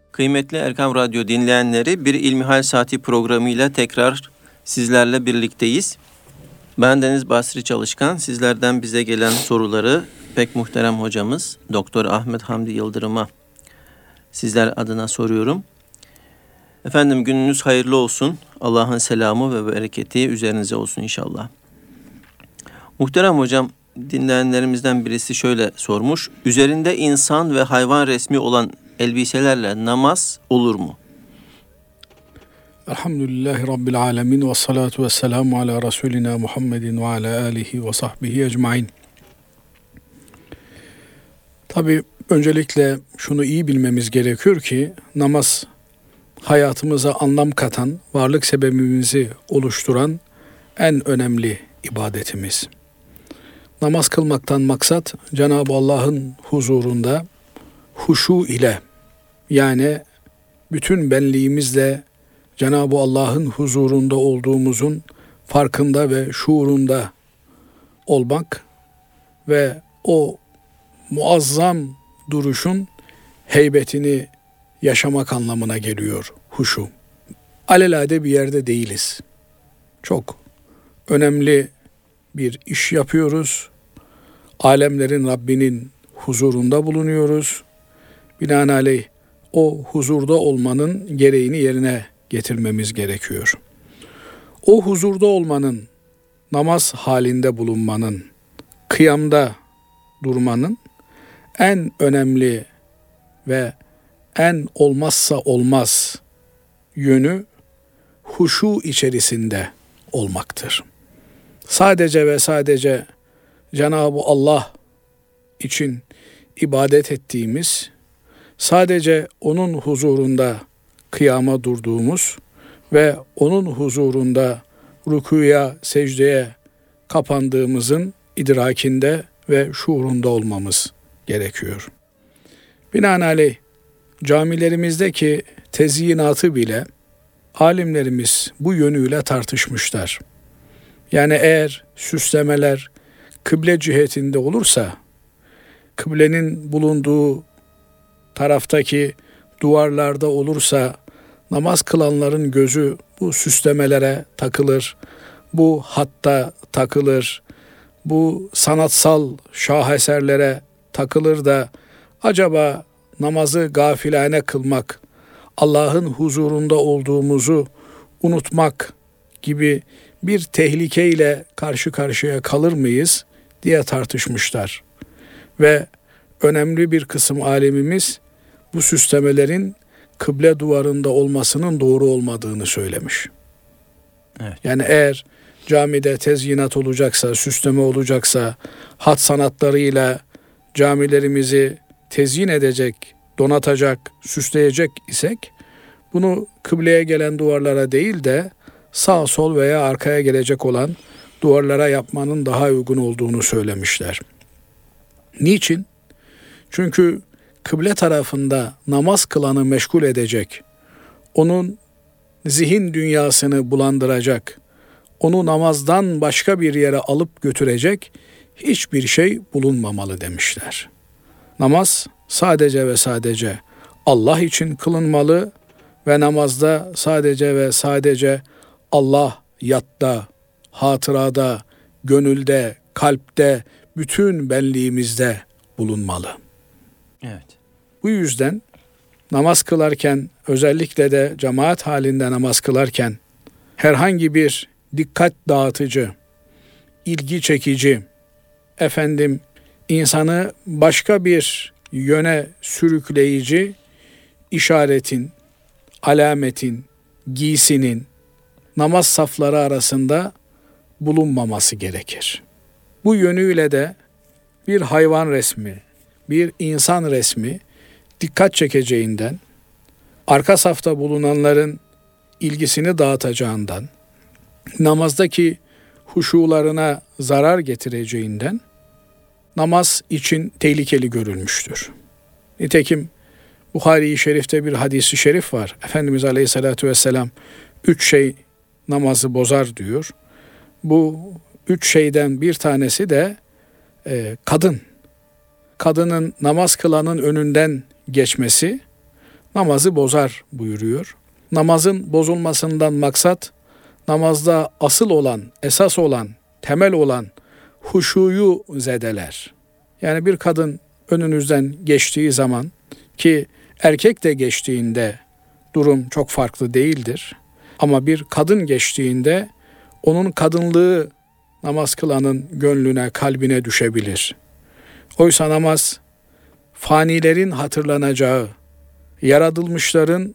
Kıymetli Erkam Radyo dinleyenleri, bir İlmihal Saati programıyla tekrar sizlerle birlikteyiz. Ben Deniz Basri Çalışkan. Sizlerden bize gelen soruları pek muhterem hocamız Doktor Ahmet Hamdi Yıldırım'a sizler adına soruyorum. Efendim, gününüz hayırlı olsun. Allah'ın selamı ve bereketi üzerinize olsun inşallah. Muhterem hocam, dinleyenlerimizden birisi şöyle sormuş. Üzerinde insan ve hayvan resmi olan elbiselerle namaz olur mu? Elhamdülillahi Rabbil alemin ve salatu ve selamu ala Resulina Muhammedin ve ala alihi ve sahbihi ecmain. Tabi öncelikle şunu iyi bilmemiz gerekiyor ki namaz hayatımıza anlam katan, varlık sebebimizi oluşturan en önemli ibadetimiz. Namaz kılmaktan maksat Cenab-ı Allah'ın huzurunda huşu ile, yani bütün benliğimizle Cenab-ı Allah'ın huzurunda olduğumuzun farkında ve şuurunda olmak ve o muazzam duruşun heybetini yaşamak anlamına geliyor huşu. Alelade bir yerde değiliz. Çok önemli bir iş yapıyoruz. Alemlerin Rabbinin huzurunda bulunuyoruz. Binaenaleyh o huzurda olmanın gereğini yerine getirmemiz gerekiyor. O huzurda olmanın, namaz halinde bulunmanın, kıyamda durmanın en önemli ve en olmazsa olmaz yönü huşu içerisinde olmaktır. Sadece ve sadece Cenab-ı Allah için ibadet ettiğimiz, sadece onun huzurunda kıyama durduğumuz ve onun huzurunda rükûya, secdeye kapandığımızın idrakinde ve şuurunda olmamız gerekiyor. Binaenaleyh camilerimizdeki tezyinatı bile alimlerimiz bu yönüyle tartışmışlar. Yani eğer süslemeler kıble cihetinde olursa, kıblenin bulunduğu taraftaki duvarlarda olursa, namaz kılanların gözü bu süslemelere takılır, bu hatta takılır, bu sanatsal şaheserlere takılır da acaba namazı gafilane kılmak, Allah'ın huzurunda olduğumuzu unutmak gibi bir tehlikeyle karşı karşıya kalır mıyız diye tartışmışlar. Ve önemli bir kısım alimimiz bu süslemelerin kıble duvarında olmasının doğru olmadığını söylemiş. Evet. Yani eğer camide tezyinat olacaksa, süsleme olacaksa, hat sanatlarıyla camilerimizi tezyin edecek, donatacak, süsleyecek isek, bunu kıbleye gelen duvarlara değil de sağ sol veya arkaya gelecek olan duvarlara yapmanın daha uygun olduğunu söylemişler. Niçin? Çünkü kıble tarafında namaz kılanı meşgul edecek, onun zihin dünyasını bulandıracak, onu namazdan başka bir yere alıp götürecek hiçbir şey bulunmamalı demişler. Namaz sadece ve sadece Allah için kılınmalı ve namazda sadece ve sadece Allah yadda, hatırada, gönülde, kalpte, bütün benliğimizde bulunmalı. Evet. Bu yüzden namaz kılarken, özellikle de cemaat halinde namaz kılarken herhangi bir dikkat dağıtıcı, ilgi çekici, insanı başka bir yöne sürükleyici işaretin, alametin, giysinin namaz safları arasında bulunmaması gerekir. Bu yönüyle de bir hayvan resmi, bir insan resmi dikkat çekeceğinden, arka safta bulunanların ilgisini dağıtacağından, namazdaki huşularına zarar getireceğinden namaz için tehlikeli görülmüştür. Nitekim Buhari-i Şerif'te bir hadisi şerif var. Efendimiz Aleyhisselatü Vesselam 3 şey namazı bozar diyor. Bu 3 şeyden bir tanesi de kadın. Kadının namaz kılanın önünden geçmesi, namazı bozar buyuruyor. Namazın bozulmasından maksat, namazda asıl olan, esas olan, temel olan huşuyu zedeler. Yani bir kadın önünüzden geçtiği zaman, ki erkek de geçtiğinde durum çok farklı değildir. Ama bir kadın geçtiğinde onun kadınlığı namaz kılanın gönlüne, kalbine düşebilir. Oysa namaz fanilerin hatırlanacağı, yaratılmışların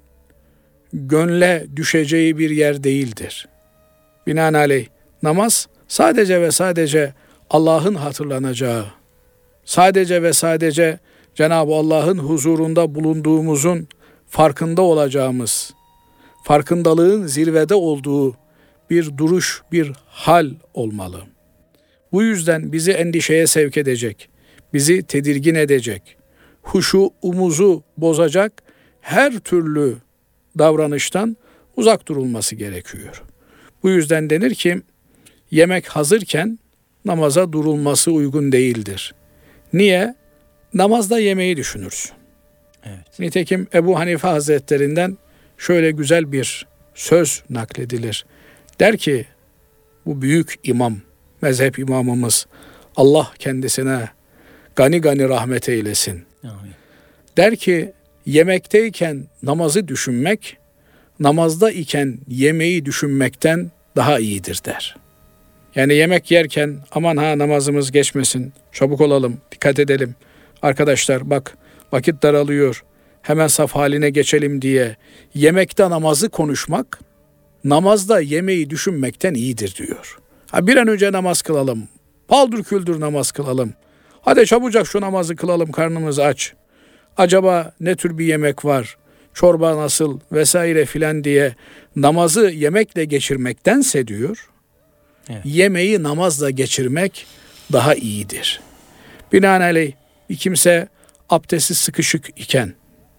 gönle düşeceği bir yer değildir. Binaenaleyh namaz sadece ve sadece Allah'ın hatırlanacağı, sadece ve sadece Cenab-ı Allah'ın huzurunda bulunduğumuzun farkında olacağımız, farkındalığın zirvede olduğu bir duruş, bir hal olmalı. Bu yüzden bizi endişeye sevk edecek, bizi tedirgin edecek, huşuumuzu bozacak her türlü davranıştan uzak durulması gerekiyor. Bu yüzden denir ki, yemek hazırken namaza durulması uygun değildir. Niye? Namazda yemeği düşünürsün. Evet. Nitekim Ebu Hanife Hazretlerinden şöyle güzel bir söz nakledilir. Der ki, bu büyük imam, mezhep imamımız, Allah kendisine gani gani rahmet eylesin. Amin. Der ki, yemekteyken namazı düşünmek, namazda iken yemeği düşünmekten daha iyidir der. Yani yemek yerken aman ha namazımız geçmesin, çabuk olalım, dikkat edelim. Arkadaşlar bak vakit daralıyor, hemen saf haline geçelim diye yemekte namazı konuşmak, namazda yemeği düşünmekten iyidir diyor. Bir an önce namaz kılalım, paldır küldür namaz kılalım. Hadi çabucak şu namazı kılalım, karnımız aç. Acaba ne tür bir yemek var, çorba nasıl vesaire filan diye namazı yemekle geçirmektense diyor, evet, yemeği namazla geçirmek daha iyidir. Binaenaleyh bir kimse abdesti sıkışık iken,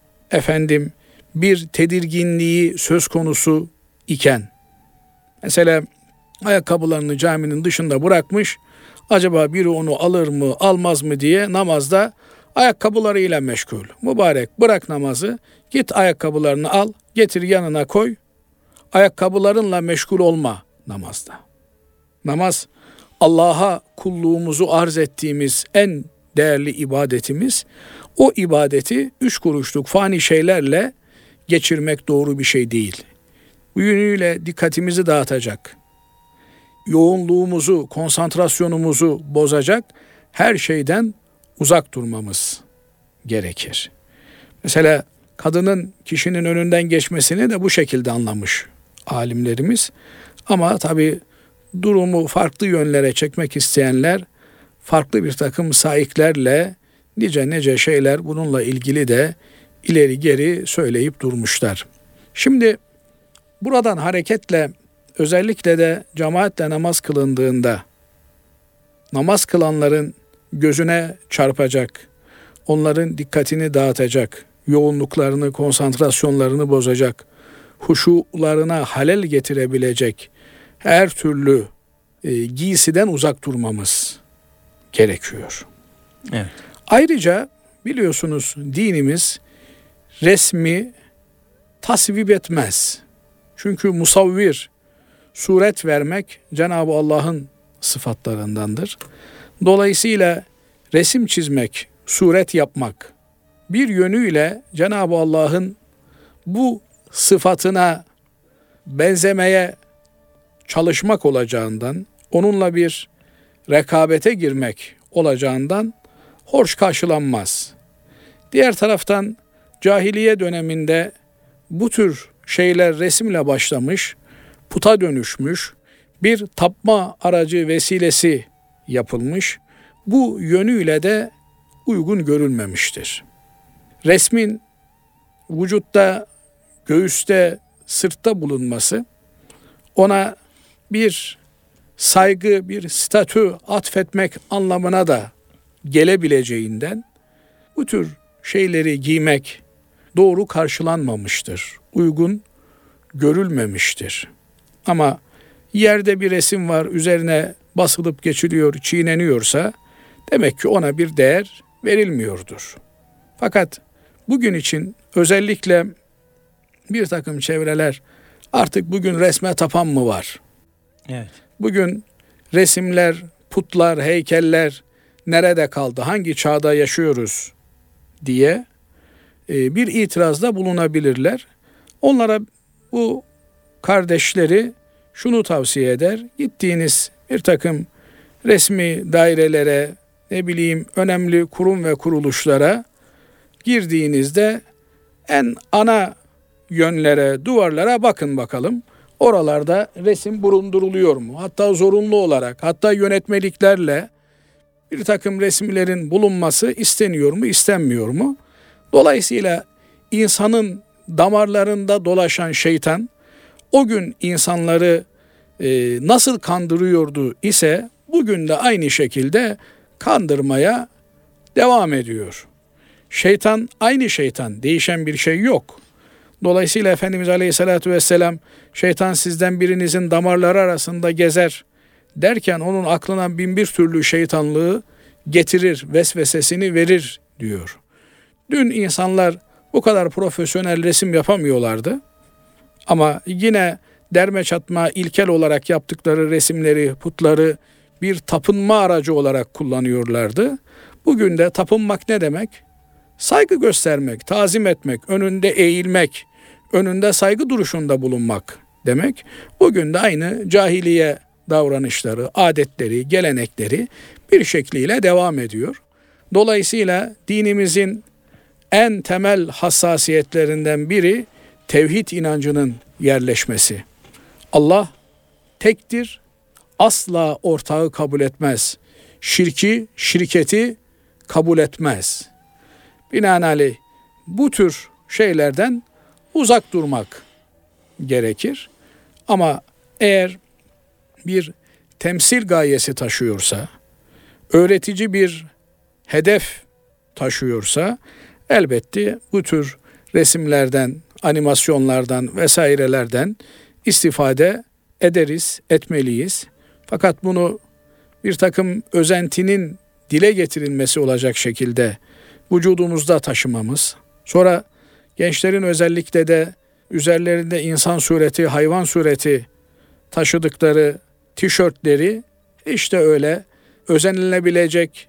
bir tedirginliği söz konusu iken, mesela ayakkabılarını caminin dışında bırakmış, acaba biri onu alır mı almaz mı diye namazda ayakkabılarıyla meşgul. Mübarek bırak namazı, git ayakkabılarını al, getir yanına koy, ayakkabılarınla meşgul olma namazda. Namaz Allah'a kulluğumuzu arz ettiğimiz en değerli ibadetimiz. O ibadeti 3 kuruşluk fani şeylerle geçirmek doğru bir şey değil. Bu yönüyle dikkatimizi dağıtacak, yoğunluğumuzu, konsantrasyonumuzu bozacak her şeyden uzak durmamız gerekir. Mesela kadının kişinin önünden geçmesini de bu şekilde anlamış alimlerimiz. Ama tabii durumu farklı yönlere çekmek isteyenler farklı bir takım saiklerle nice şeyler bununla ilgili de ileri geri söyleyip durmuşlar. Şimdi buradan hareketle özellikle de cemaatle namaz kılındığında namaz kılanların gözüne çarpacak, onların dikkatini dağıtacak, yoğunluklarını, konsantrasyonlarını bozacak, huşularına halel getirebilecek her türlü giysiden uzak durmamız gerekiyor. Evet. Ayrıca biliyorsunuz dinimiz resmi tasvip etmez. Çünkü musavvir, suret vermek Cenab-ı Allah'ın sıfatlarındandır. Dolayısıyla resim çizmek, suret yapmak bir yönüyle Cenab-ı Allah'ın bu sıfatına benzemeye çalışmak olacağından, onunla bir rekabete girmek olacağından hoş karşılanmaz. Diğer taraftan cahiliye döneminde bu tür şeyler resimle başlamış, puta dönüşmüş, bir tapma aracı vesilesi yapılmış. Bu yönüyle de uygun görülmemiştir. Resmin vücutta, göğüste, sırtta bulunması ona bir saygı, bir statü atfetmek anlamına da gelebileceğinden bu tür şeyleri giymek doğru karşılanmamıştır, uygun görülmemiştir. Ama yerde bir resim var, üzerine basılıp geçiliyor, çiğneniyorsa demek ki ona bir değer verilmiyordur. Fakat bugün için özellikle bir takım çevreler artık bugün resme tapan mı var? Evet. Bugün resimler, putlar, heykeller nerede kaldı? Hangi çağda yaşıyoruz diye bir itirazda bulunabilirler. Onlara bu kardeşleri şunu tavsiye eder. Gittiğiniz bir takım resmi dairelere, önemli kurum ve kuruluşlara girdiğinizde en ana yönlere, duvarlara bakın bakalım. Oralarda resim bulunduruluyor mu? Hatta zorunlu olarak, hatta yönetmeliklerle bir takım resimlerin bulunması isteniyor mu, istenmiyor mu? Dolayısıyla insanın damarlarında dolaşan şeytan o gün insanları nasıl kandırıyordu ise bugün de aynı şekilde kandırmaya devam ediyor. Şeytan aynı şeytan, değişen bir şey yok. Dolayısıyla Efendimiz Aleyhisselatü Vesselam şeytan sizden birinizin damarları arasında gezer derken onun aklına bin bir türlü şeytanlığı getirir, vesvesesini verir diyor. Dün insanlar bu kadar profesyonel resim yapamıyorlardı. Ama yine derme çatma ilkel olarak yaptıkları resimleri, putları bir tapınma aracı olarak kullanıyorlardı. Bugün de tapınmak ne demek? Saygı göstermek, tazim etmek, önünde eğilmek, önünde saygı duruşunda bulunmak demek. Bugün de aynı cahiliye davranışları, adetleri, gelenekleri bir şekliyle devam ediyor. Dolayısıyla dinimizin en temel hassasiyetlerinden biri tevhid inancının yerleşmesi. Allah tektir, asla ortağı kabul etmez. Şirki, şirketi kabul etmez. Binaenaleyh bu tür şeylerden uzak durmak gerekir. Ama eğer bir temsil gayesi taşıyorsa, öğretici bir hedef taşıyorsa elbette bu tür resimlerden, animasyonlardan vesairelerden istifade ederiz, etmeliyiz. Fakat bunu bir takım özentinin dile getirilmesi olacak şekilde vücudumuzda taşımamız, sonra gençlerin özellikle de üzerlerinde insan sureti, hayvan sureti taşıdıkları tişörtleri işte öyle özenilebilecek,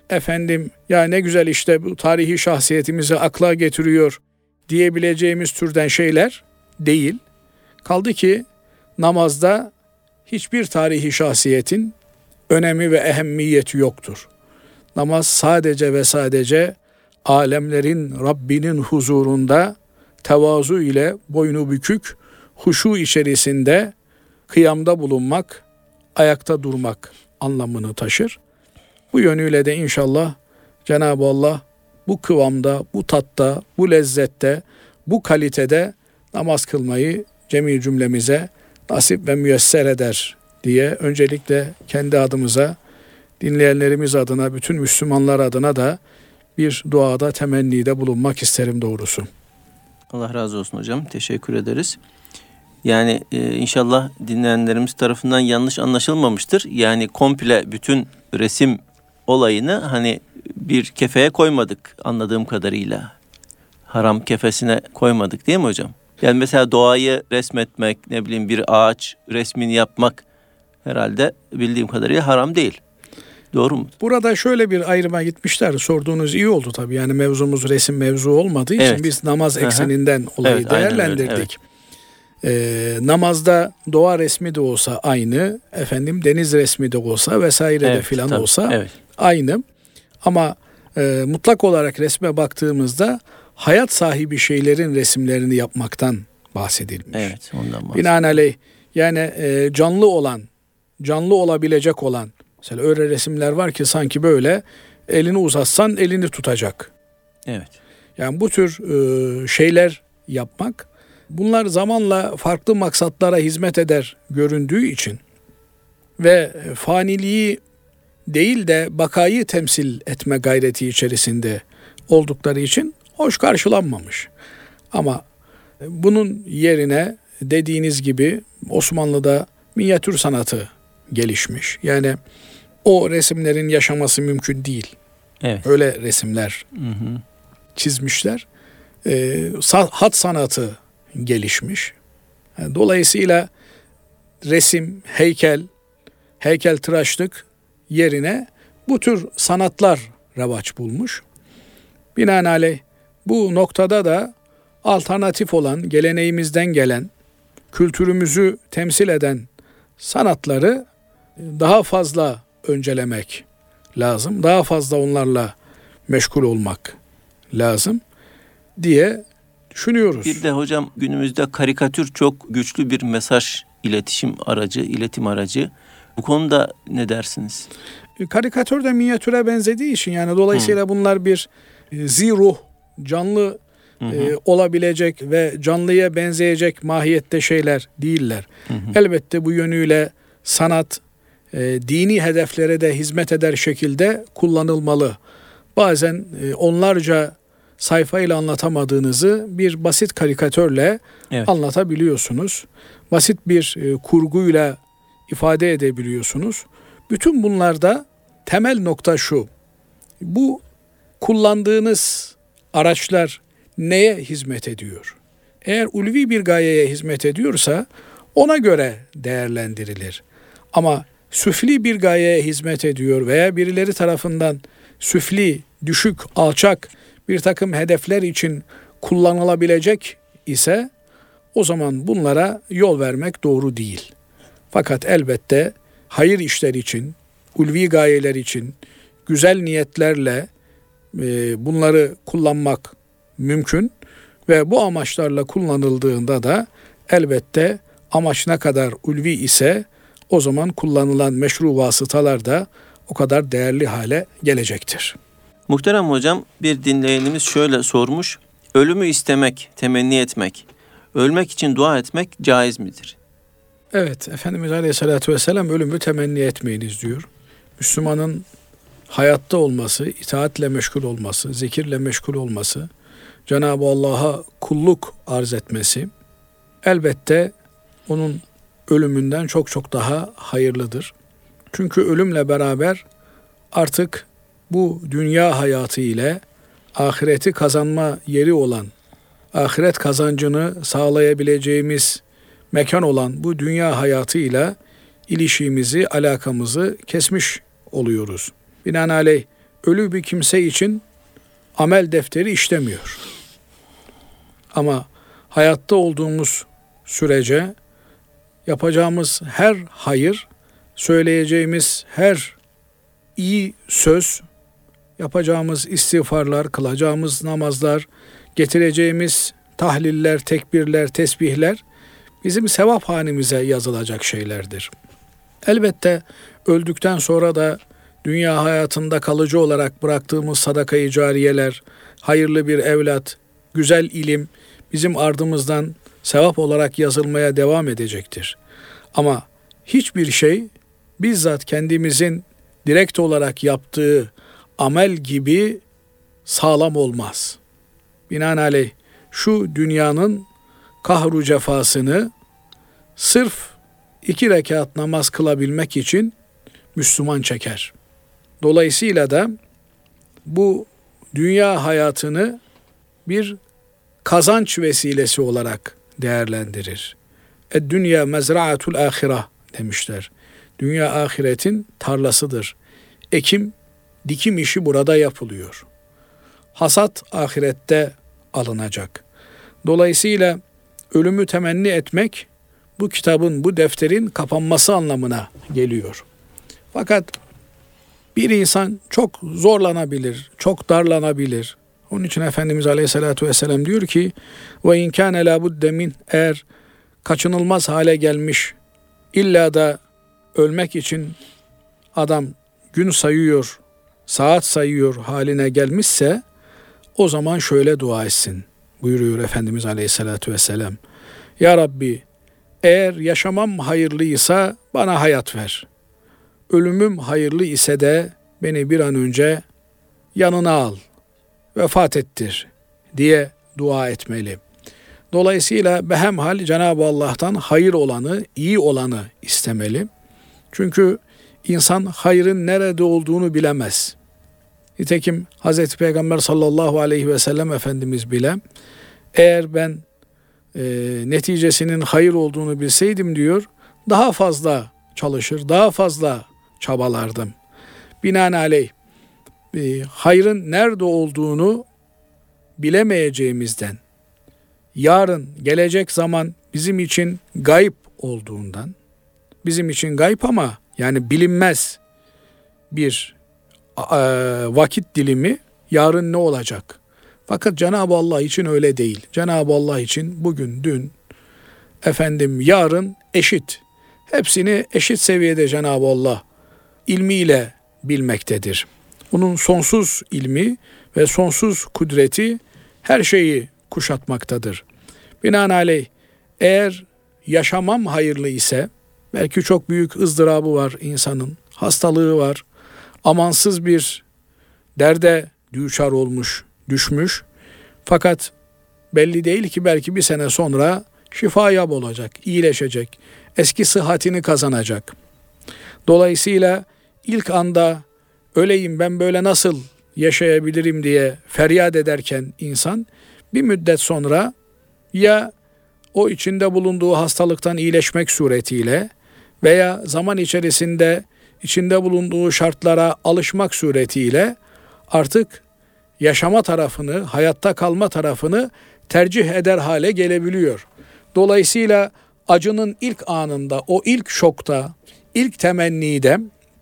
ya ne güzel işte bu tarihi şahsiyetimizi akla getiriyor diyebileceğimiz türden şeyler değil. Kaldı ki namazda hiçbir tarihi şahsiyetin önemi ve ehemmiyeti yoktur. Namaz sadece ve sadece alemlerin Rabbinin huzurunda tevazu ile boynu bükük, huşu içerisinde kıyamda bulunmak, ayakta durmak anlamını taşır. Bu yönüyle de inşallah Cenab-ı Allah bu kıvamda, bu tatta, bu lezzette, bu kalitede namaz kılmayı cemi cümlemize nasip ve müyesser eder diye öncelikle kendi adımıza, dinleyenlerimiz adına, bütün Müslümanlar adına da bir duada, temennide bulunmak isterim doğrusu. Allah razı olsun hocam. Teşekkür ederiz. Yani inşallah dinleyenlerimiz tarafından yanlış anlaşılmamıştır. Yani komple bütün resim olayını hani bir kefeye koymadık anladığım kadarıyla. Haram kefesine koymadık değil mi hocam? Yani mesela doğayı resmetmek, bir ağaç resmini yapmak herhalde bildiğim kadarıyla haram değil. Doğru mu? Burada şöyle bir ayrıma gitmişler. Sorduğunuz iyi oldu tabii. Yani mevzumuz resim mevzu olmadığı için biz namaz ekseninden olayı değerlendirdik. Namazda doğa resmi de olsa aynı, deniz resmi de olsa vesaire de filan olsa aynı. Ama mutlak olarak resme baktığımızda hayat sahibi şeylerin resimlerini yapmaktan bahsedilmiş. Evet, ondan bahsedilmiş. Binaenaleyh yani canlı olan, canlı olabilecek olan, mesela öyle resimler var ki sanki böyle elini uzatsan elini tutacak. Evet. Yani bu tür şeyler yapmak, bunlar zamanla farklı maksatlara hizmet eder göründüğü için ve faniliği değil de bakayı temsil etme gayreti içerisinde oldukları için hoş karşılanmamış. Ama bunun yerine dediğiniz gibi Osmanlı'da minyatür sanatı gelişmiş. Yani o resimlerin yaşaması mümkün değil. Evet. Öyle resimler çizmişler. hat sanatı gelişmiş. Dolayısıyla resim, heykeltıraşlık yerine bu tür sanatlar revaç bulmuş. Binaenaleyh bu noktada da alternatif olan, geleneğimizden gelen, kültürümüzü temsil eden sanatları daha fazla öncelemek lazım. Daha fazla onlarla meşgul olmak lazım diye düşünüyoruz. Bir de hocam günümüzde karikatür çok güçlü bir mesaj iletim aracı. Bu konuda ne dersiniz? Karikatür de minyatüre benzediği için yani dolayısıyla bunlar bir ziruh, canlı olabilecek ve canlıya benzeyecek mahiyette şeyler değiller. Elbette bu yönüyle sanat dini hedeflere de hizmet eder şekilde kullanılmalı. Bazen onlarca sayfayla anlatamadığınızı bir basit karikatörle anlatabiliyorsunuz. Basit bir kurguyla ifade edebiliyorsunuz. Bütün bunlarda temel nokta şu: bu kullandığınız araçlar neye hizmet ediyor? Eğer ulvi bir gayeye hizmet ediyorsa ona göre değerlendirilir. Ama süfli bir gayeye hizmet ediyor veya birileri tarafından süfli, düşük, alçak bir takım hedefler için kullanılabilecek ise o zaman bunlara yol vermek doğru değil. Fakat elbette hayır işler için, ulvi gayeler için güzel niyetlerle bunları kullanmak mümkün ve bu amaçlarla kullanıldığında da elbette amaç ne kadar ulvi ise o zaman kullanılan meşru vasıtalar da o kadar değerli hale gelecektir. Muhterem hocam, bir dinleyenimiz şöyle sormuş: ölümü istemek, temenni etmek, ölmek için dua etmek caiz midir? Evet, Efendimiz Aleyhisselatü Vesselam ölümü temenni etmeyiniz diyor. Müslümanın hayatta olması, itaatle meşgul olması, zikirle meşgul olması, Cenab-ı Allah'a kulluk arz etmesi elbette onun ölümünden çok çok daha hayırlıdır. Çünkü ölümle beraber artık bu dünya hayatı ile ahireti kazanma yeri olan, ahiret kazancını sağlayabileceğimiz mekan olan bu dünya hayatıyla ilişkimizi, alakamızı kesmiş oluyoruz. Binaenaleyh ölü bir kimse için amel defteri işlemiyor. Ama hayatta olduğumuz sürece yapacağımız her hayır, söyleyeceğimiz her iyi söz, yapacağımız istiğfarlar, kılacağımız namazlar, getireceğimiz tahliller, tekbirler, tesbihler bizim sevap hanemize yazılacak şeylerdir. Elbette öldükten sonra da dünya hayatında kalıcı olarak bıraktığımız sadaka-i cariyeler, hayırlı bir evlat, güzel ilim bizim ardımızdan sevap olarak yazılmaya devam edecektir. Ama hiçbir şey bizzat kendimizin direkt olarak yaptığı amel gibi sağlam olmaz. Binaenaleyh şu dünyanın kahru cefasını sırf 2 rekat namaz kılabilmek için Müslüman çeker. Dolayısıyla da bu dünya hayatını bir kazanç vesilesi olarak değerlendirir. Dünya mezra'atul ahireh demişler. Dünya ahiretin tarlasıdır. Ekim, dikim işi burada yapılıyor. Hasat ahirette alınacak. Dolayısıyla ölümü temenni etmek bu kitabın, bu defterin kapanması anlamına geliyor. Fakat bir insan çok zorlanabilir, çok darlanabilir. Onun için Efendimiz Aleyhisselatü Vesselam diyor ki وَاِنْ كَانَ لَا بُدَّ مِنْ eğer kaçınılmaz hale gelmiş, illa da ölmek için adam gün sayıyor, saat sayıyor haline gelmişse o zaman şöyle dua etsin buyuruyor Efendimiz Aleyhisselatü Vesselam. Ya Rabbi, eğer yaşamam hayırlıysa bana hayat ver. Ölümüm hayırlı ise de beni bir an önce yanına al, vefat ettir diye dua etmeli. Dolayısıyla behemhal Cenab-ı Allah'tan hayır olanı, iyi olanı istemeli. Çünkü insan hayrın nerede olduğunu bilemez. Nitekim Hazreti Peygamber sallallahu aleyhi ve sellem Efendimiz bile eğer ben neticesinin hayır olduğunu bilseydim diyor, daha fazla çalışır, daha fazla çabalardım. Binaenaleyh hayrın nerede olduğunu bilemeyeceğimizden, yarın gelecek zaman bizim için gayb olduğundan, bizim için gayb ama yani bilinmez bir vakit dilimi, yarın ne olacak? Fakat Cenab-ı Allah için öyle değil. Cenab-ı Allah için bugün, dün, yarın eşit. Hepsini eşit seviyede Cenab-ı Allah ilmiyle bilmektedir. Onun sonsuz ilmi ve sonsuz kudreti her şeyi kuşatmaktadır. Binaenaleyh eğer yaşamam hayırlı ise, belki çok büyük ızdırabı var insanın, hastalığı var, amansız bir derde düçar olmuş, düşmüş. Fakat belli değil ki belki bir sene sonra şifaya olacak, iyileşecek, eski sıhhatini kazanacak. Dolayısıyla ilk anda öleyim ben böyle nasıl yaşayabilirim diye feryat ederken insan bir müddet sonra ya o içinde bulunduğu hastalıktan iyileşmek suretiyle veya zaman içerisinde içinde bulunduğu şartlara alışmak suretiyle artık yaşama tarafını, hayatta kalma tarafını tercih eder hale gelebiliyor. Dolayısıyla acının ilk anında, o ilk şokta, ilk temennide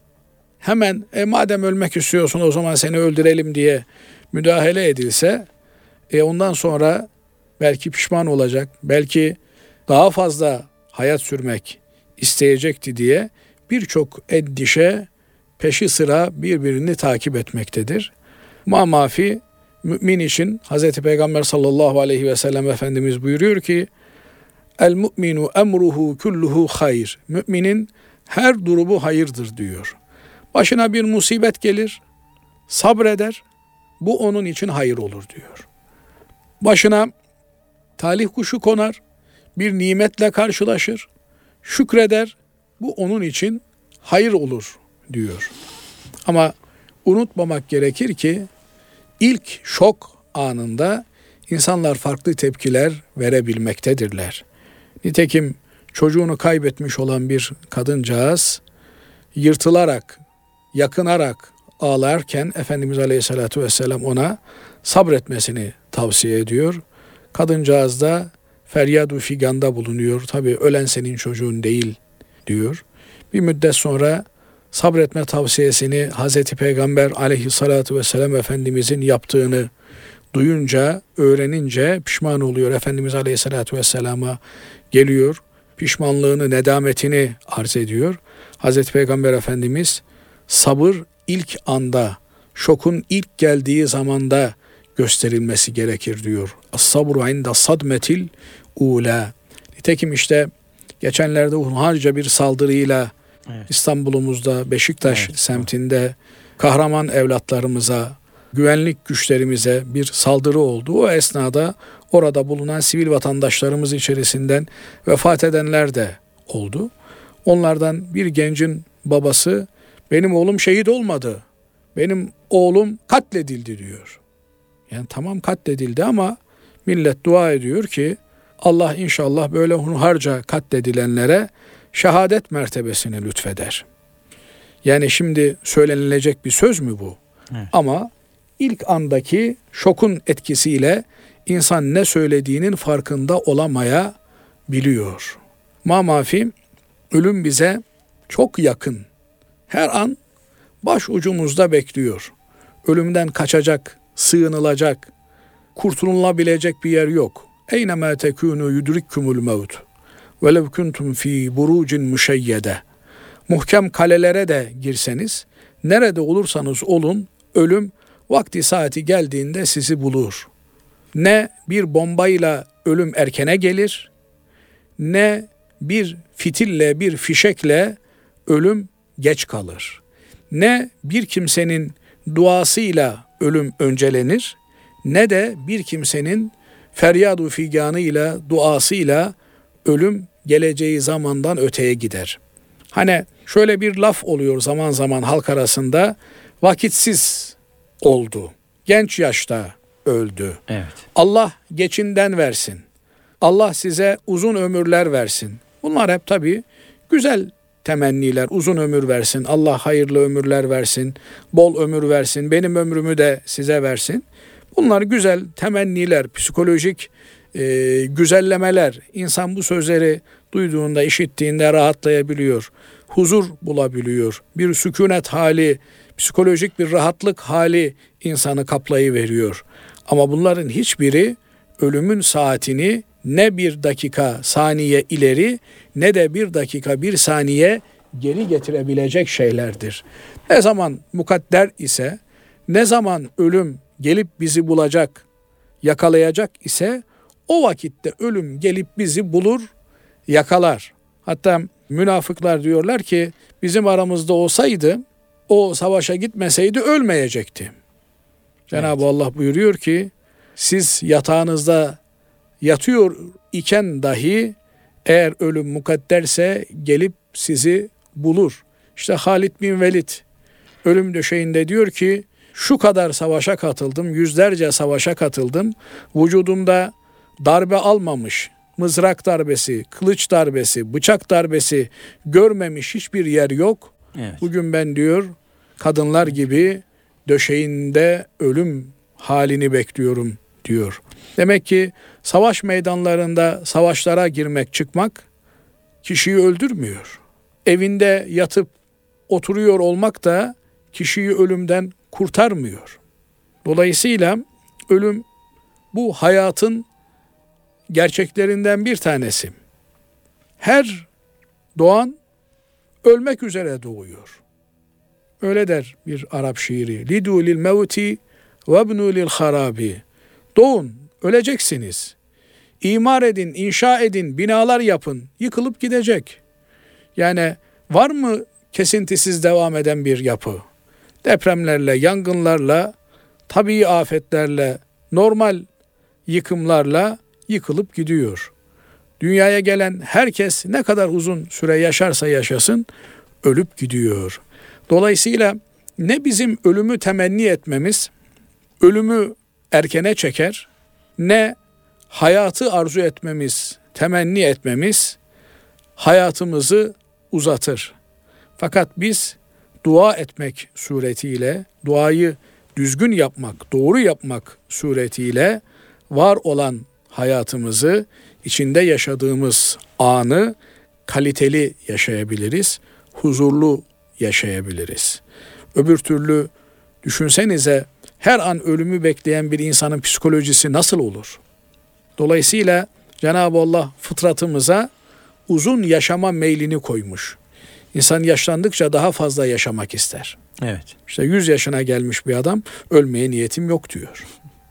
hemen madem ölmek istiyorsun o zaman seni öldürelim diye müdahale edilse, ondan sonra belki pişman olacak, belki daha fazla hayat sürmek isteyecekti diye birçok endişe peşi sıra birbirini takip etmektedir. Mafi mümin için Hazreti Peygamber sallallahu aleyhi ve sellem Efendimiz buyuruyor ki el mu'minu emruhu kulluhu hayr. Müminin her durumu hayırdır diyor. Başına bir musibet gelir, sabreder, bu onun için hayır olur diyor. Başına talih kuşu konar, bir nimetle karşılaşır, şükreder, bu onun için hayır olur diyor. Ama unutmamak gerekir ki ilk şok anında insanlar farklı tepkiler verebilmektedirler. Nitekim çocuğunu kaybetmiş olan bir kadıncağız yırtılarak, yakınarak ağlarken Efendimiz Aleyhisselatü Vesselam ona sabretmesini tavsiye ediyor. Kadıncağız da feryadu figanda bulunuyor. Tabii ölen senin çocuğun değil diyor. Bir müddet sonra sabretme tavsiyesini Hazreti Peygamber Aleyhisselatü Vesselam Efendimizin yaptığını duyunca, öğrenince pişman oluyor. Efendimiz Aleyhisselatü Vesselam'a geliyor. Pişmanlığını, nedametini arz ediyor. Hazreti Peygamber Efendimiz sabır ilk anda, şokun ilk geldiği zamanda gösterilmesi gerekir diyor. As-sabru inde sadmetil ula. Nitekim işte geçenlerde hunharca bir saldırıyla İstanbul'umuzda Beşiktaş semtinde kahraman evlatlarımıza, güvenlik güçlerimize bir saldırı oldu. O esnada orada bulunan sivil vatandaşlarımız içerisinden vefat edenler de oldu. Onlardan bir gencin babası benim oğlum şehit olmadı. Benim oğlum katledildi diyor. Yani tamam katledildi ama millet dua ediyor ki Allah inşallah böyle hunharca katledilenlere şehadet mertebesini lütfeder. Yani şimdi söylenilecek bir söz mü bu? Evet. Ama ilk andaki şokun etkisiyle insan ne söylediğinin farkında olamayabiliyor. Mafi ölüm bize çok yakın. Her an baş ucumuzda bekliyor. Ölümden kaçacak, sığınılacak, kurtululabilecek bir yer yok. Eynemâ tekûnû yudrikkumul mevt. Velev kuntum fî burucin müşeyyede. Muhkem kalelere de girseniz, nerede olursanız olun, ölüm vakti saati geldiğinde sizi bulur. Ne bir bombayla ölüm erkene gelir, ne bir fitille, bir fişekle ölüm geç kalır. Ne bir kimsenin duasıyla ölüm öncelenir, ne de bir kimsenin feryadu figanıyla, duasıyla ölüm geleceği zamandan öteye gider. Hani şöyle bir laf oluyor zaman zaman halk arasında, vakitsiz oldu. Genç yaşta öldü. Evet. Allah geçinden versin. Allah size uzun ömürler versin. Bunlar hep tabii güzel temenniler. Uzun ömür versin. Allah hayırlı ömürler versin. Bol ömür versin. Benim ömrümü de size versin. Bunlar güzel temenniler, psikolojik güzellemeler. İnsan bu sözleri duyduğunda, işittiğinde rahatlayabiliyor. Huzur bulabiliyor. Bir sükunet hali, psikolojik bir rahatlık hali insanı kaplayıveriyor. Ama bunların hiçbiri ölümün saatini ne bir dakika saniye ileri ne de bir dakika bir saniye geri getirebilecek şeylerdir. Ne zaman mukadder ise, ne zaman ölüm gelip bizi bulacak, yakalayacak ise o vakitte ölüm gelip bizi bulur, yakalar. Hatta münafıklar diyorlar ki bizim aramızda olsaydı o savaşa gitmeseydi ölmeyecekti. Cenab-ı Allah buyuruyor ki siz yatağınızda yatıyor iken dahi eğer ölüm mukadderse gelip sizi bulur. İşte Halid bin Velid ölüm döşeğinde diyor ki şu kadar savaşa katıldım, yüzlerce savaşa katıldım. Vücudumda darbe almamış, mızrak darbesi, kılıç darbesi, bıçak darbesi görmemiş hiçbir yer yok. Evet. Bugün ben diyor kadınlar gibi döşeğinde ölüm halini bekliyorum diyor. Demek ki savaş meydanlarında savaşlara girmek, çıkmak kişiyi öldürmüyor. Evinde yatıp oturuyor olmak da kişiyi ölümden kurtarmıyor. Dolayısıyla ölüm bu hayatın gerçeklerinden bir tanesi. Her doğan ölmek üzere doğuyor. Öyle der bir Arap şiiri. Lidu lil mevti ve ibnu lil harabi. Doğun, öleceksiniz. İmar edin, inşa edin, binalar yapın. Yıkılıp gidecek. Yani var mı kesintisiz devam eden bir yapı? Depremlerle, yangınlarla, tabii afetlerle, normal yıkımlarla yıkılıp gidiyor. Dünyaya gelen herkes ne kadar uzun süre yaşarsa yaşasın ölüp gidiyor. Dolayısıyla ne bizim ölümü temenni etmemiz ölümü erkene çeker, ne hayatı arzu etmemiz, temenni etmemiz hayatımızı uzatır. Fakat biz dua etmek suretiyle, duayı düzgün yapmak, doğru yapmak suretiyle var olan hayatımızı, içinde yaşadığımız anı kaliteli yaşayabiliriz, huzurlu yaşayabiliriz. Öbür türlü düşünsenize her an ölümü bekleyen bir insanın psikolojisi nasıl olur? Dolayısıyla Cenab-ı Allah fıtratımıza uzun yaşama meylini koymuş. İnsan yaşlandıkça daha fazla yaşamak ister. Evet. İşte 100 yaşına gelmiş bir adam ölmeye niyetim yok diyor.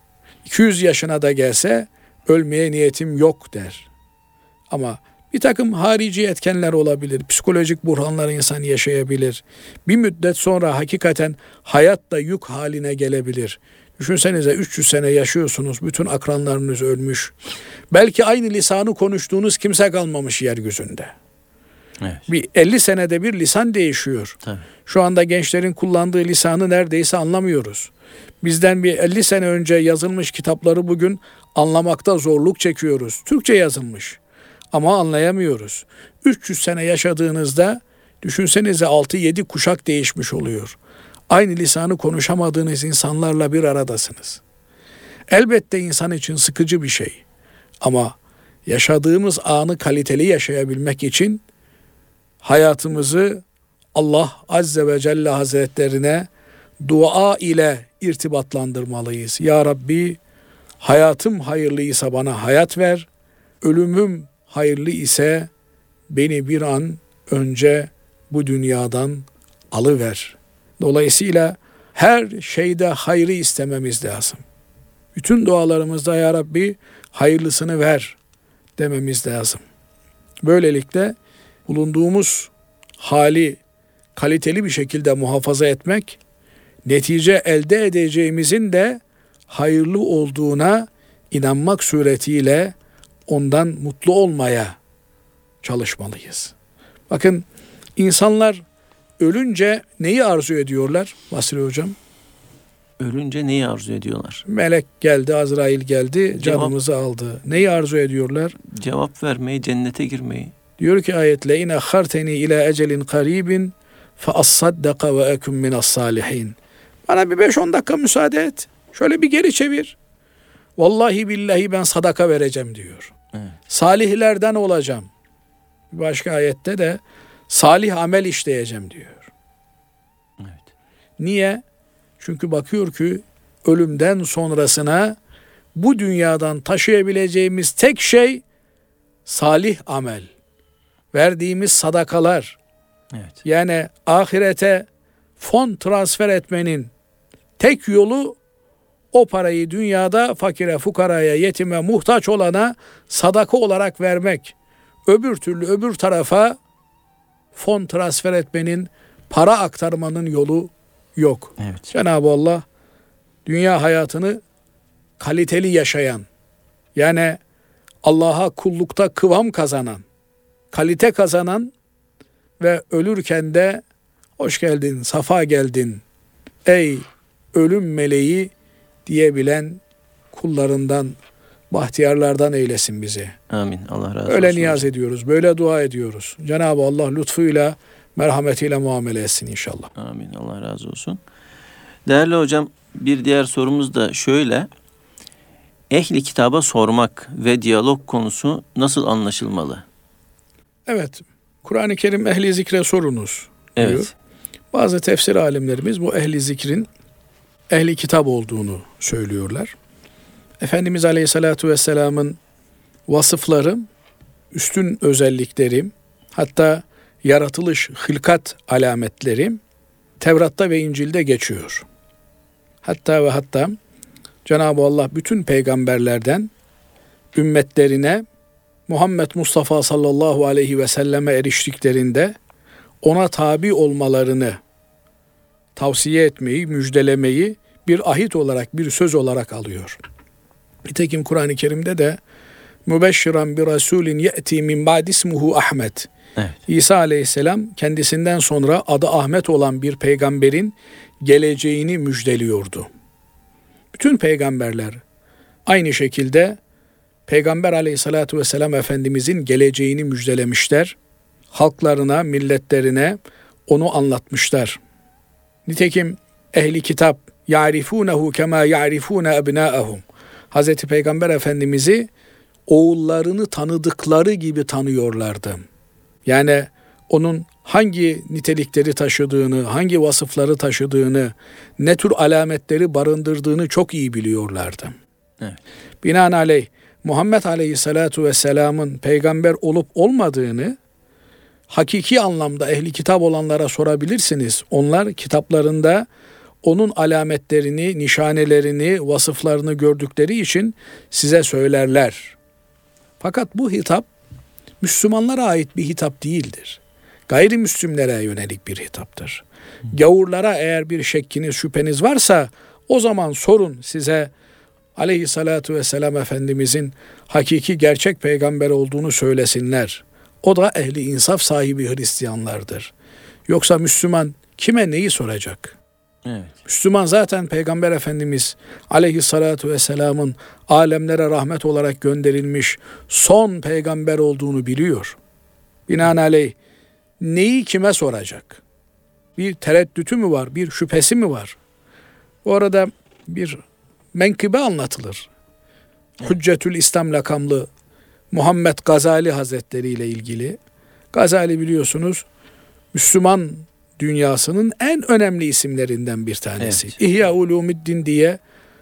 200 yaşına da gelse ölmeye niyetim yok der. Ama bir takım harici etkenler olabilir. Psikolojik buhranlar insan yaşayabilir. Bir müddet sonra hakikaten hayat da yük haline gelebilir. Düşünsenize 300 sene yaşıyorsunuz. Bütün akranlarınız ölmüş. Belki aynı lisanı konuştuğunuz kimse kalmamış yeryüzünde. Evet. Bir 50 senede bir lisan değişiyor. Tabii. Şu anda gençlerin kullandığı lisanı neredeyse anlamıyoruz. Bizden bir 50 sene önce yazılmış kitapları bugün anlamakta zorluk çekiyoruz. Türkçe yazılmış ama anlayamıyoruz. 300 sene yaşadığınızda düşünsenize 6-7 kuşak değişmiş oluyor. Aynı lisanı konuşamadığınız insanlarla bir aradasınız. Elbette insan için sıkıcı bir şey. Ama yaşadığımız anı kaliteli yaşayabilmek için hayatımızı Allah Azze ve Celle Hazretlerine dua ile irtibatlandırmalıyız. Ya Rabbi, hayatım hayırlıysa bana hayat ver, ölümüm hayırlı ise beni bir an önce bu dünyadan alıver. Dolayısıyla her şeyde hayrı istememiz lazım. Bütün dualarımızda Ya Rabbi hayırlısını ver dememiz lazım. Böylelikle bulunduğumuz hali kaliteli bir şekilde muhafaza etmek, netice elde edeceğimizin de hayırlı olduğuna inanmak suretiyle ondan mutlu olmaya çalışmalıyız. Bakın insanlar ölünce neyi arzu ediyorlar Basri Hocam? Ölünce neyi arzu ediyorlar? Melek geldi, Azrail geldi, canımızı aldı. Neyi arzu ediyorlar? Cevap vermeyi, cennete girmeyi. Diyor ki ayetle in akharteni ila ecelin karibin fa assaddaka ve ekun minas salihin. Bana bir 5-10 dakika müsaade et. Şöyle bir geri çevir. Vallahi billahi ben sadaka vereceğim diyor. Evet. Salihlerden olacağım. Bir başka ayette de salih amel işleyeceğim diyor. Evet. Niye? Çünkü bakıyor ki ölümden sonrasına bu dünyadan taşıyabileceğimiz tek şey salih amel. Verdiğimiz sadakalar. Evet. Yani ahirete fon transfer etmenin tek yolu o parayı dünyada fakire, fukaraya, yetime, muhtaç olana sadaka olarak vermek. Öbür türlü öbür tarafa fon transfer etmenin, para aktarmanın yolu yok. Evet. Cenab-ı Allah dünya hayatını kaliteli yaşayan, yani Allah'a kullukta kıvam kazanan, kalite kazanan ve ölürken de hoş geldin, safa geldin ey ölüm meleği diyebilen kullarından, bahtiyarlardan eylesin bizi. Amin. Allah razı olsun. Öyle niyaz ediyoruz, böyle dua ediyoruz. Cenab-ı Allah lütfuyla, merhametiyle muamele etsin inşallah. Amin. Allah razı olsun. Değerli hocam, bir diğer sorumuz da şöyle. Ehli kitaba sormak ve diyalog konusu nasıl anlaşılmalı? Evet, Kur'an-ı Kerim ehli zikre sorunuz diyor. Evet. Bazı tefsir alimlerimiz bu ehli zikrin ehli kitap olduğunu söylüyorlar. Efendimiz Aleyhisselatü Vesselam'ın vasıfları, üstün özellikleri, hatta yaratılış, hılkat alametleri Tevrat'ta ve İncil'de geçiyor. Hatta ve hatta Cenab-ı Allah bütün peygamberlerden ümmetlerine Muhammed Mustafa sallallahu aleyhi ve selleme eriştiklerinde ona tabi olmalarını tavsiye etmeyi, müjdelemeyi bir ahit olarak, bir söz olarak alıyor. Nitekim Kur'an-ı Kerim'de de mübeşşiran bir rasulin ye'ti min ba'di ismuhu Ahmet. Evet. İsa aleyhisselam kendisinden sonra adı Ahmet olan bir peygamberin geleceğini müjdeliyordu. Bütün peygamberler aynı şekilde Peygamber aleyhissalatu vesselam Efendimizin geleceğini müjdelemişler. Halklarına, milletlerine onu anlatmışlar. Nitekim ehli kitap ya'rifunehu kema ya'rifune ebnâehum. Hazreti Peygamber Efendimiz'i oğullarını tanıdıkları gibi tanıyorlardı. Yani onun hangi nitelikleri taşıdığını, hangi vasıfları taşıdığını, ne tür alametleri barındırdığını çok iyi biliyorlardı. Evet. Binaenaleyh Muhammed Aleyhisselatu Vesselam'ın peygamber olup olmadığını hakiki anlamda ehli kitap olanlara sorabilirsiniz. Onlar kitaplarında onun alametlerini, nişanelerini, vasıflarını gördükleri için size söylerler. Fakat bu hitap Müslümanlara ait bir hitap değildir. Gayrimüslimlere yönelik bir hitaptır. Gavurlara eğer bir şekkiniz, şüpheniz varsa o zaman sorun, size Aleyhissalatu vesselam Efendimizin hakiki gerçek peygamber olduğunu söylesinler. O da ehli insaf sahibi Hristiyanlardır. Yoksa Müslüman kime neyi soracak? Evet. Müslüman zaten Peygamber Efendimiz Aleyhissalatu vesselamın alemlere rahmet olarak gönderilmiş son peygamber olduğunu biliyor. Binaenaleyh neyi kime soracak? Bir tereddütü mü var? Bir şüphesi mi var? Bu arada bir menkıbe anlatılır. Hüccetül İslam lakamlı Muhammed Gazali Hazretleri ile ilgili. Gazali biliyorsunuz Müslüman dünyasının en önemli isimlerinden bir tanesi. Evet. İhya Ulumuddin diye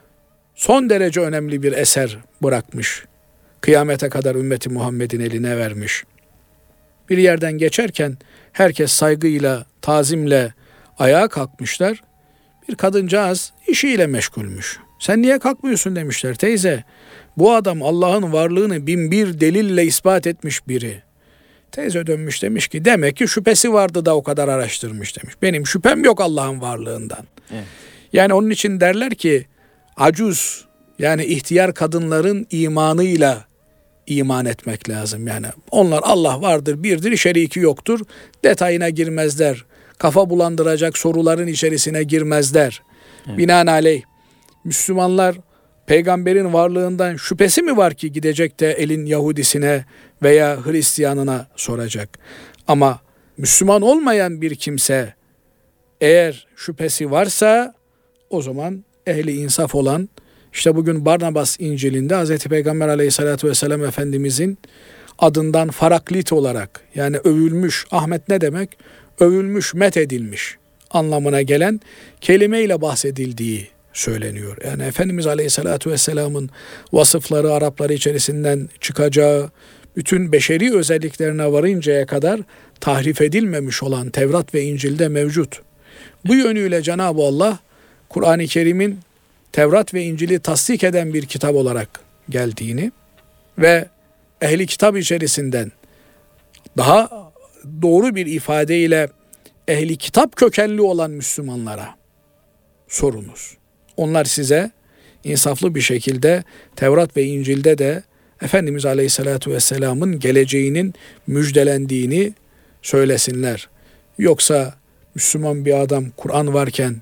son derece önemli bir eser bırakmış. Kıyamete kadar ümmeti Muhammed'in eline vermiş. Bir yerden geçerken herkes saygıyla, tazimle ayağa kalkmışlar. Bir kadıncağız işiyle meşgulmüş. Sen niye kalkmıyorsun demişler. Teyze, bu adam Allah'ın varlığını 1001 delille ispat etmiş biri. Teyze dönmüş demiş ki demek ki şüphesi vardı da o kadar araştırmış demiş. Benim şüphem yok Allah'ın varlığından. Evet. Yani onun için derler ki acuz, yani ihtiyar kadınların imanıyla iman etmek lazım. Yani onlar Allah vardır, birdir, şeriki yoktur. Detayına girmezler. Kafa bulandıracak soruların içerisine girmezler. Evet. Binaenaleyh Müslümanlar peygamberin varlığından şüphesi mi var ki gidecek de elin Yahudisine veya Hristiyanına soracak? Ama Müslüman olmayan bir kimse eğer şüphesi varsa o zaman ehli insaf olan, işte bugün Barnabas İncil'inde Hz. Peygamber Aleyhisselatü Vesselam Efendimizin adından Faraklit olarak, yani övülmüş, Ahmet ne demek? Övülmüş, methedilmiş anlamına gelen kelimeyle bahsedildiği söyleniyor. Yani Efendimiz Aleyhisselatü Vesselam'ın vasıfları, Arapları içerisinden çıkacağı, bütün beşeri özelliklerine varıncaya kadar tahrif edilmemiş olan Tevrat ve İncil'de mevcut. Bu yönüyle Cenab-ı Allah Kur'an-ı Kerim'in Tevrat ve İncil'i tasdik eden bir kitap olarak geldiğini ve ehli kitap içerisinden daha doğru bir ifadeyle ehli kitap kökenli olan Müslümanlara sorunuz. Onlar size insaflı bir şekilde Tevrat ve İncil'de de Efendimiz Aleyhisselatü Vesselam'ın geleceğinin müjdelendiğini söylesinler. Yoksa Müslüman bir adam Kur'an varken,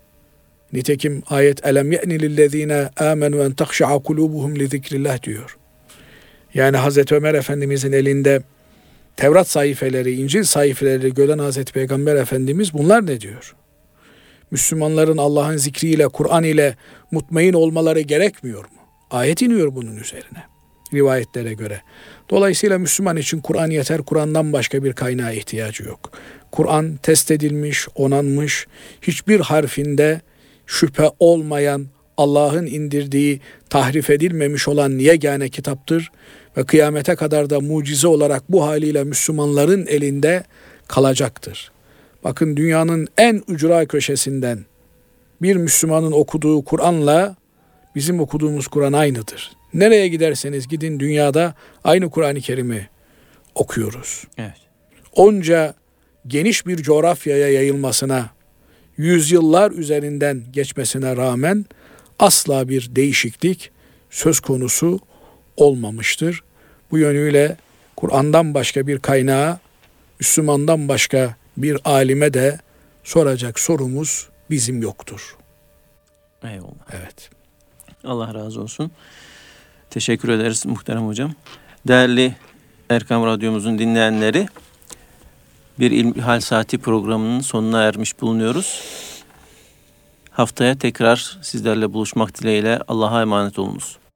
nitekim ayet elem ye'ni lillezine amenu en tahşa'a kulubuhum li zikrillah diyor. Yani Hazreti Ömer Efendimizin elinde Tevrat sayfeleri, İncil sayfeleri gören Hazreti Peygamber Efendimiz bunlar ne diyor? Müslümanların Allah'ın zikriyle, Kur'an ile mutmain olmaları gerekmiyor mu? Ayet iniyor bunun üzerine, rivayetlere göre. Dolayısıyla Müslüman için Kur'an yeter, Kur'an'dan başka bir kaynağa ihtiyacı yok. Kur'an test edilmiş, onanmış, hiçbir harfinde şüphe olmayan, Allah'ın indirdiği, tahrif edilmemiş olan yegane kitaptır ve kıyamete kadar da mucize olarak bu haliyle Müslümanların elinde kalacaktır. Bakın, dünyanın en ücra köşesinden bir Müslümanın okuduğu Kur'an'la bizim okuduğumuz Kur'an aynıdır. Nereye giderseniz gidin dünyada aynı Kur'an-ı Kerim'i okuyoruz. Evet. Onca geniş bir coğrafyaya yayılmasına, yüzyıllar üzerinden geçmesine rağmen asla bir değişiklik söz konusu olmamıştır. Bu yönüyle Kur'an'dan başka bir kaynağa, Müslümandan başka bir alime de soracak sorumuz bizim yoktur. Eyvallah. Evet. Allah razı olsun. Teşekkür ederiz muhterem hocam. Değerli Erkam Radyomuzun dinleyenleri, bir İlmihal Saati programının sonuna ermiş bulunuyoruz. Haftaya tekrar sizlerle buluşmak dileğiyle Allah'a emanet olunuz.